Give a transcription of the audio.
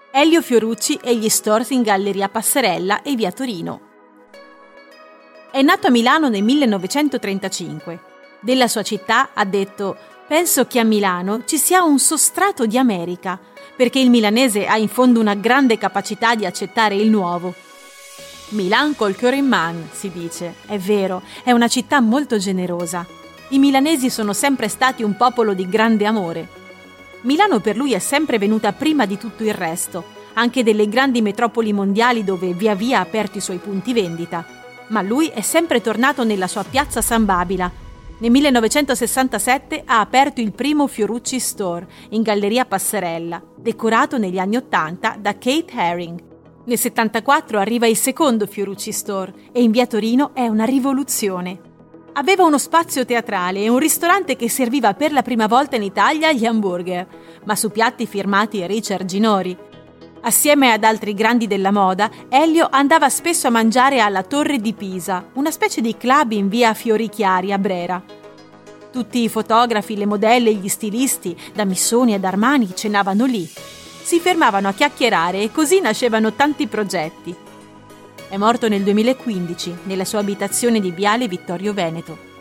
Elio Fiorucci e gli Stores in Galleria Passerella e via Torino. È nato a Milano nel 1935. Della sua città ha detto: «Penso che a Milano ci sia un sostrato di America, perché il milanese ha in fondo una grande capacità di accettare il nuovo». Milan col cuore in man, si dice. È vero, è una città molto generosa. I milanesi sono sempre stati un popolo di grande amore. Milano per lui è sempre venuta prima di tutto il resto, anche delle grandi metropoli mondiali dove via via ha aperto i suoi punti vendita. Ma lui è sempre tornato nella sua piazza San Babila. Nel 1967 ha aperto il primo Fiorucci Store in Galleria Passerella, decorato negli anni '80 da Kate Haring. Nel 1974 arriva il secondo Fiorucci Store e in via Torino è una rivoluzione. Aveva uno spazio teatrale e un ristorante che serviva per la prima volta in Italia gli hamburger, ma su piatti firmati Richard Ginori. Assieme ad altri grandi della moda, Elio andava spesso a mangiare alla Torre di Pisa, una specie di club in via Fiorichiari a Brera. Tutti i fotografi, le modelle e gli stilisti, da Missoni ad Armani, cenavano lì. Si fermavano a chiacchierare e così nascevano tanti progetti. È morto nel 2015 nella sua abitazione di Viale Vittorio Veneto.